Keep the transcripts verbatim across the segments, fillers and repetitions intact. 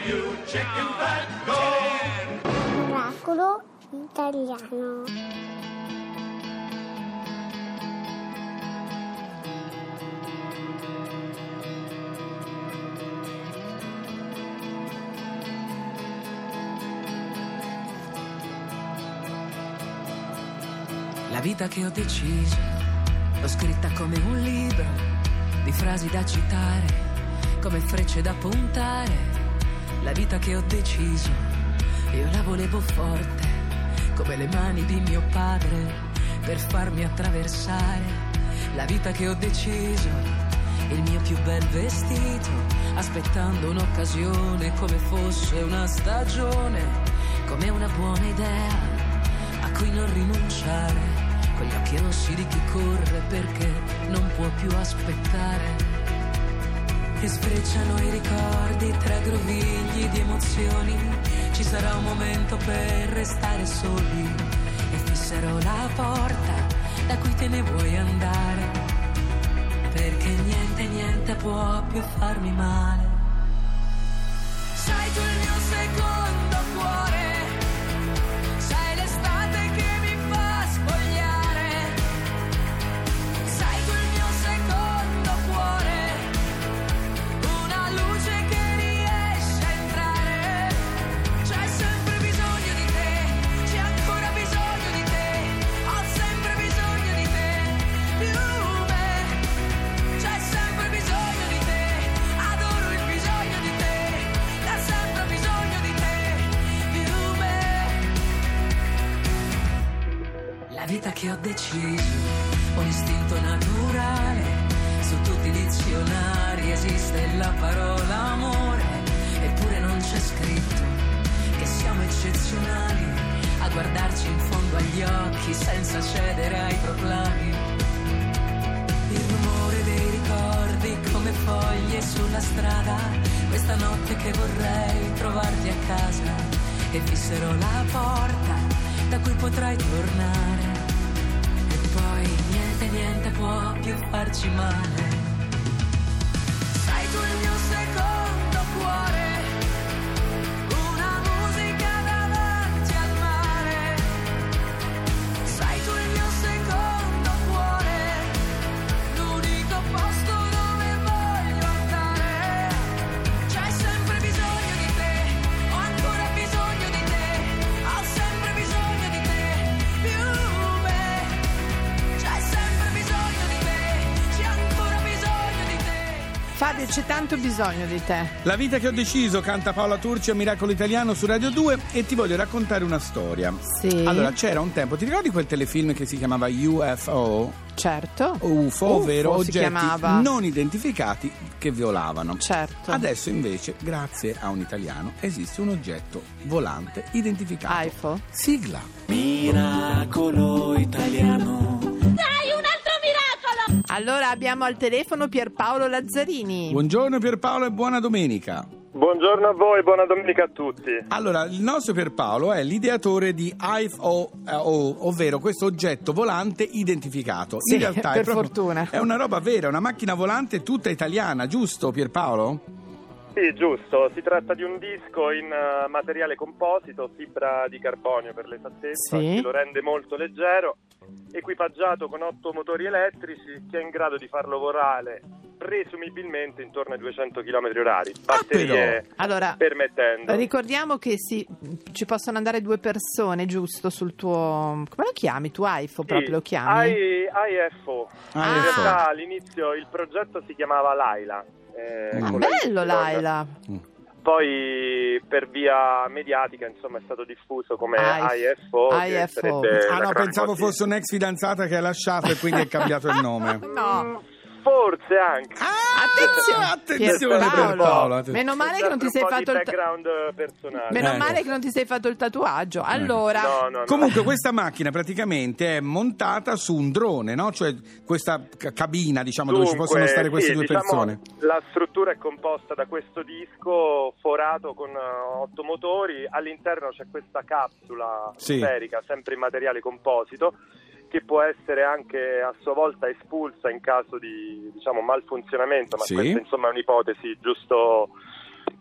you chicken fat, go! Oracolo italiano. La vita che ho deciso, l'ho scritta come un libro di frasi da citare, come frecce da puntare. La vita che ho deciso, io la volevo forte, come le mani di mio padre, per farmi attraversare. La vita che ho deciso, il mio più bel vestito, aspettando un'occasione come fosse una stagione, come una buona idea a cui non rinunciare, con gli occhi rossi di chi corre perché non può più aspettare. E sfrecciano i ricordi tra grovigli di emozioni, ci sarà un momento per restare soli, e fisserò la porta da cui te ne vuoi andare, perché niente, niente può più farmi male. Sei tu il mio secondo cuore, sei l'estate che mi fa spogliare, sei tu il mio secondo cuore, una luce che riesce a entrare. C'è sempre bisogno di te, c'è ancora bisogno di te, ho sempre bisogno di te, più me. C'è sempre bisogno di te, adoro il bisogno di te, da sempre bisogno di te, più me. La vita che ho deciso, un istinto naturale, su tutti i dizionari esiste la parola amore, eppure non c'è scritto che siamo eccezionali a guardarci in fondo agli occhi senza cedere ai proclami. Il rumore dei ricordi come foglie sulla strada, questa notte che vorrei trovarti a casa, e fisserò la porta da cui potrai tornare, e poi niente, niente può più farci male. Sei tu il mio secondo cuore, una musica davanti al mare, sei tu il mio secondo cuore, l'unico posto dove voglio andare. C'è sempre bisogno di te, ho ancora bisogno di te, ho sempre bisogno di te, più me. C'è sempre bisogno di te, c'è ancora bisogno di te. Fabio, c'è tanto bisogno di te. La vita che ho deciso, canta Paola Turci a Miracolo Italiano su Radio due, e ti voglio raccontare una storia. Sì. Allora, c'era un tempo, ti ricordi quel telefilm che si chiamava U F O? Certo. U F O, ovvero si oggetti chiamava. non identificati che volavano. Certo. Adesso invece, grazie a un italiano, esiste un oggetto volante identificato. I F O? Sigla. Miracolo italiano. Allora abbiamo al telefono Pierpaolo Lazzarini. Buongiorno Pierpaolo e buona domenica. Buongiorno a voi, buona domenica a tutti. Allora, il nostro Pierpaolo è l'ideatore di I F O, eh, o, ovvero questo oggetto volante identificato. Sì, In realtà per è proprio, fortuna. è una roba vera, una macchina volante tutta italiana, giusto Pierpaolo? Sì, giusto, si tratta di un disco in uh, materiale composito, fibra di carbonio per l'esattezza, Sì. che lo rende molto leggero, equipaggiato con otto motori elettrici, che è in grado di farlo volare presumibilmente intorno ai duecento chilometri orari, batterie Allora, permettendo. ricordiamo che si, ci possono andare due persone, giusto, sul tuo... come lo chiami? Tu I F O Sì, proprio lo chiami? I, I F O. Ah, In I F O. realtà all'inizio il progetto si chiamava Laila. Eh, Mm. con la Bello Y. Laila. Poi per via mediatica, insomma, è stato diffuso come I F- I F O. I che F O. sarebbe Ah no, l'acronimo pensavo di- fosse un'ex fidanzata che ha lasciato e quindi è cambiato il nome. No. Forse anche. Attenzione, attenzione Pierpaolo. Pierpaolo, attenzione. Meno male che non ti sei Un po' fatto di il ta- background personale. Meno Ecco. male che non ti sei fatto il tatuaggio. Allora, No, no, no. Comunque questa macchina praticamente è montata su un drone, no? Cioè questa ca- cabina, diciamo, dove ci Dunque, possono stare queste sì, due diciamo, persone. La struttura è composta da questo disco forato con uh, otto motori. All'interno c'è questa capsula Sì. sferica, sempre in materiale composito, che può essere anche a sua volta espulsa in caso di, diciamo, malfunzionamento, ma Sì. questa insomma è un'ipotesi giusto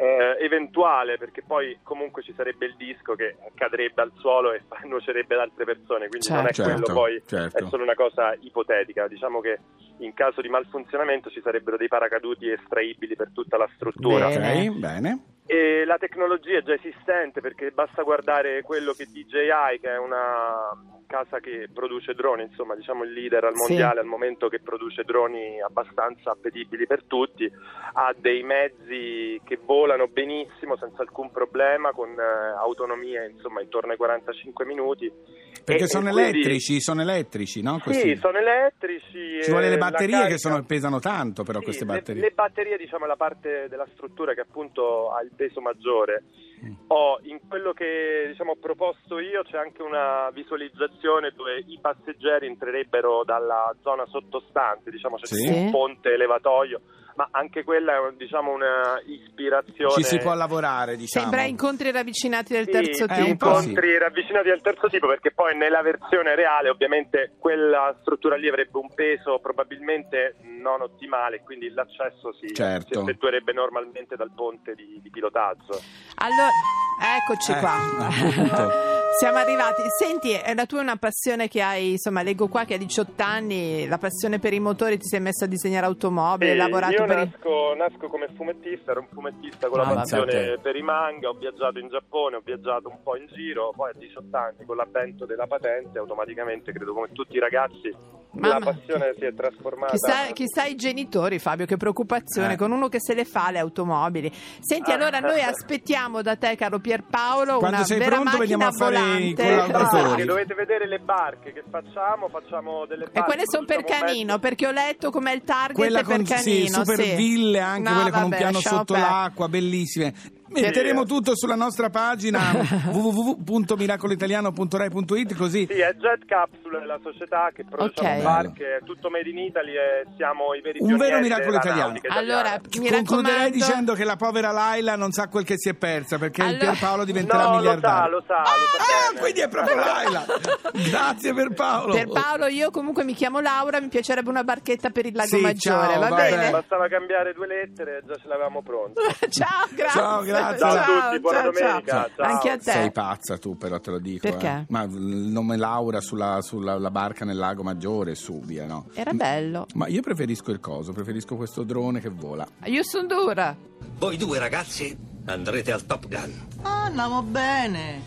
eh, eventuale, perché poi comunque ci sarebbe il disco che cadrebbe al suolo e nuocerebbe ad altre persone, quindi certo. non è quello, Certo, poi certo. è solo una cosa ipotetica. Diciamo che in caso di malfunzionamento ci sarebbero dei paracaduti estraibili per tutta la struttura. Bene. Ok, bene. E la tecnologia è già esistente, perché basta guardare quello che D J I, che è una casa che produce droni, insomma diciamo il leader al mondiale, sì, al momento, che produce droni abbastanza appetibili per tutti, ha dei mezzi che volano benissimo senza alcun problema, con eh, autonomie insomma intorno ai quarantacinque minuti. Perché e, sono e quindi, elettrici, sono elettrici, no? Questi... Sì, sono elettrici. Ci vuole le la batterie carica... che sono, pesano tanto, però sì, queste le, batterie. Le batterie, diciamo, è la parte della struttura che appunto ha il peso maggiore. Ho, in quello che diciamo ho proposto io, c'è anche una visualizzazione dove i passeggeri entrerebbero dalla zona sottostante, diciamo c'è sì. un ponte elevatoio, ma anche quella è diciamo una ispirazione. Ci si può lavorare, diciamo. Sembra incontri ravvicinati del Sì, terzo eh, tipo. incontri sì. ravvicinati del terzo tipo, perché poi nella versione reale ovviamente quella struttura lì avrebbe un peso probabilmente non ottimale, quindi l'accesso si, certo. si effettuerebbe normalmente dal ponte di, di pilotaggio. Allora, eccoci Eh, qua. appunto. Siamo arrivati. Senti, è la tua una passione che hai, insomma, leggo qua che a diciotto anni la passione per i motori, ti sei messa a disegnare automobili, hai Sì, lavorato io per i... nasco, nasco come fumettista, ero un fumettista con Ah, la passione pensate. per i manga, ho viaggiato in Giappone, ho viaggiato un po' in giro, poi a diciotto anni con l'avvento della patente automaticamente, credo come tutti i ragazzi, Mamma, la passione si è trasformata. Chissà, chissà i genitori, Fabio, che preoccupazione Eh. con uno che se le fa le automobili. Senti, Ah. allora noi aspettiamo da te, caro Pierpaolo, Quando una sei vera pronto, macchina veniamo a fare i volante. collaboratori. Che dovete vedere le barche che facciamo, facciamo delle barche. E quelle sono per produciamo un canino, mezzo- perché ho letto com'è il target Quella è per con sì, canino. super sì. ville, anche No, quelle con un vabbè, piano lasciamo sotto perdere. l'acqua, bellissime. Metteremo tutto sulla nostra pagina w w w punto miracolo italiano punto rai punto it, così. Sì, è Jet Capsule, la società che produciamo Ok. barche, è tutto made in Italy e siamo i veri Un pionieri vero miracolo della italiano. nautica Allora, italiana. mi Concluderei raccomando. dicendo che la povera Laila non sa quel che si è persa, perché il Allora- Pierpaolo diventerà No, lo sa, miliardario. lo sa, lo sa Ah, bene. quindi è proprio Laila. Grazie per Paolo. Per Paolo, io comunque mi chiamo Laura, mi piacerebbe una barchetta per il Lago Sì, Maggiore, ciao, va vabbè. bene? Bastava cambiare due lettere e già ce l'avevamo pronta. Ciao, grazie. Ciao, grazie. Ciao a tutti, buona ciao, domenica, ciao. ciao. Anche a te. Sei pazza tu, però te lo dico. Perché? eh. Ma il nome Laura sulla, sulla la barca nel Lago Maggiore, su, via, no? Era bello. Ma io preferisco il coso, preferisco questo drone che vola. Io sono dura. Voi due ragazzi andrete al Top Gun. Ah, andiamo bene.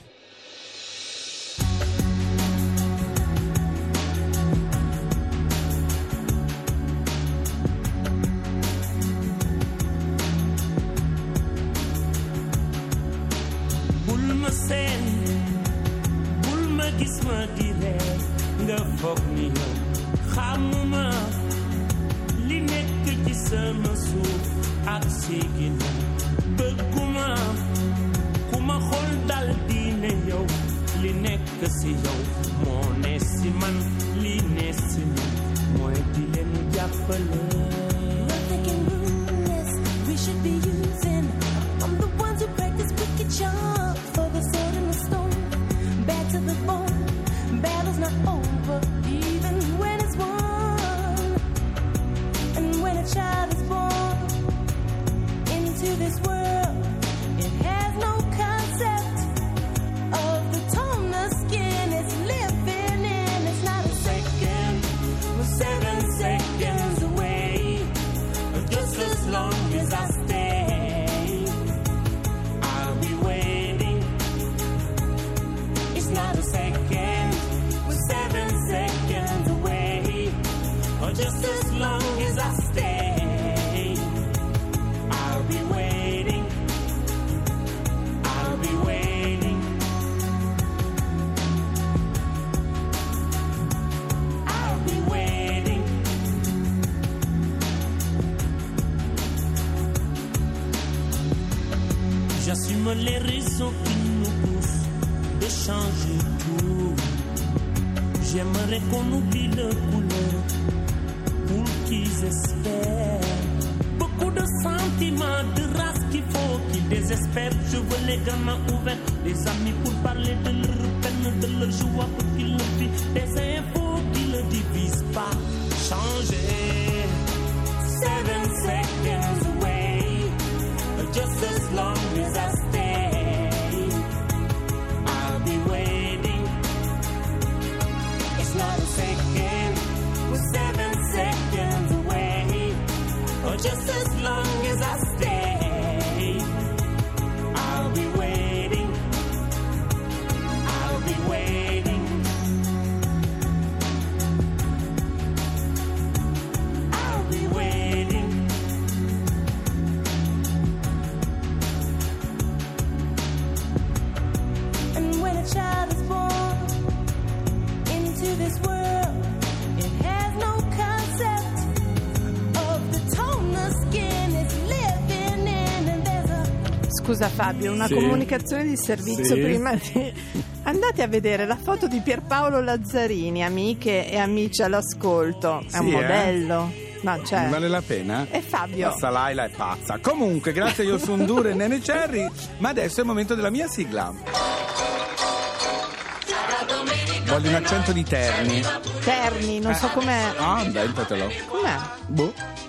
bul ma seen bul ma gis ma di reer nga foog ni yow xamuma li nekk ci sama suuf ak si ginnaaw bëgguma ku ma xool dal di ne yow li nekk si yow moo ne si man li ne si man mooy di leen jàppale. We should be using. I'm the ones who practice wicked charm for the sword and the stone. Bad to the bone. Battle's not over, even when it's won. And when a child is born into this world, it has no concept of the tone the skin it's living in. It's not a second, we're seven seconds away. Just as long as I stay, I'll be waiting. It's not a second, we're seven seconds away. Or just as long as I stay, I'll be waiting. I'll be waiting. I'll be waiting. J'assume les raisons qui nous poussent de changer tout. J'aimerais qu'on oublie le couleur pour qu'ils espèrent. Beaucoup de sentiments, de race qu'il faut qu'ils désespèrent. Je veux les gamins ouverts, des amis pour parler de leur peine, de leur joie pour qu'ils le vivent. Des infos qui ne divisent pas. Changer. Seven seconds away. Just as long Scusa Fabio, una Sì. comunicazione di servizio Sì. prima di... Andate a vedere la foto di Pierpaolo Lazzarini, amiche e amici all'ascolto. È un Sì, eh? modello. No, cioè... Ne vale la pena? E Fabio? Questa Laila è pazza. Comunque, grazie a Yosundur e Nene Cherry, ma adesso è il momento della mia sigla. Voglio un accento di Terni. Terni, non so com'è. Ah, inventatelo. Com'è? Boh.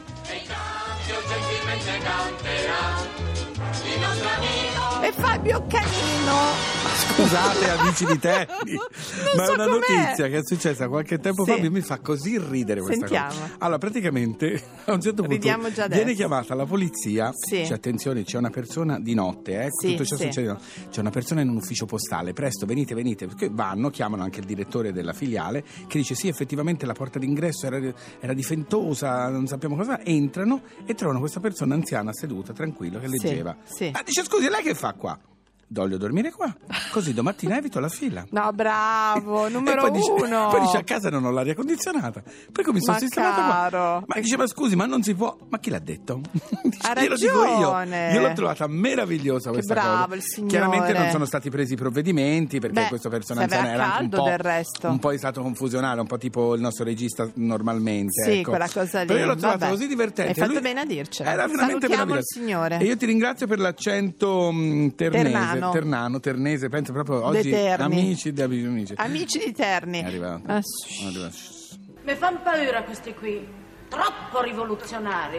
E Fabio Canino. Scusate amici di Terni, ma so è una com'è. notizia che è successa qualche tempo Sì. fa, che mi fa così ridere questa Sentiamo. cosa. Allora, praticamente a un certo punto Ridiamo già viene adesso. chiamata la polizia. Sì. Cioè, attenzione, c'è una persona di notte, eh, Sì, tutto ciò sì. succede di notte. C'è una persona in un ufficio postale, presto venite, venite, perché vanno, chiamano anche il direttore della filiale che dice sì, effettivamente la porta d'ingresso era, era difettosa, non sappiamo cosa. Entrano e trovano questa persona anziana seduta, tranquillo, che Sì, leggeva. sì. Ma dice scusi, lei che fa qua? Voglio dormire qua, così domattina evito la fila. No, bravo, numero e poi dice, uno. poi dice a casa non ho l'aria condizionata, per cui mi sono Ma sistemata caro. qua. Ma dice ma scusi, ma non si può. Ma chi l'ha detto? Dice, Ha glielo dico io. ragione. Io l'ho trovata meravigliosa questa bravo cosa. il signore. Chiaramente non sono stati presi i provvedimenti perché Beh, questa persona se aveva anziana era anche un caldo po', del resto. un po' è stato confusionale, un po' tipo il nostro regista normalmente. Sì, ecco. quella cosa lì. Però io l'ho trovata Vabbè. così divertente. Hai fatto Lui- bene a dircelo. Era veramente Salutiamo meraviglioso. il signore. E io ti ringrazio per l'accento mh, ternese, Ternano. ternano, ternese, penso proprio oggi De Terni. amici di amici. Amici di Terni. È arrivato. Ah, È arrivato. Mi fanno paura questi qui, troppo rivoluzionari.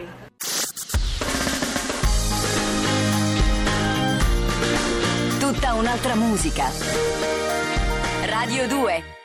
Tutta un'altra musica. Radio due.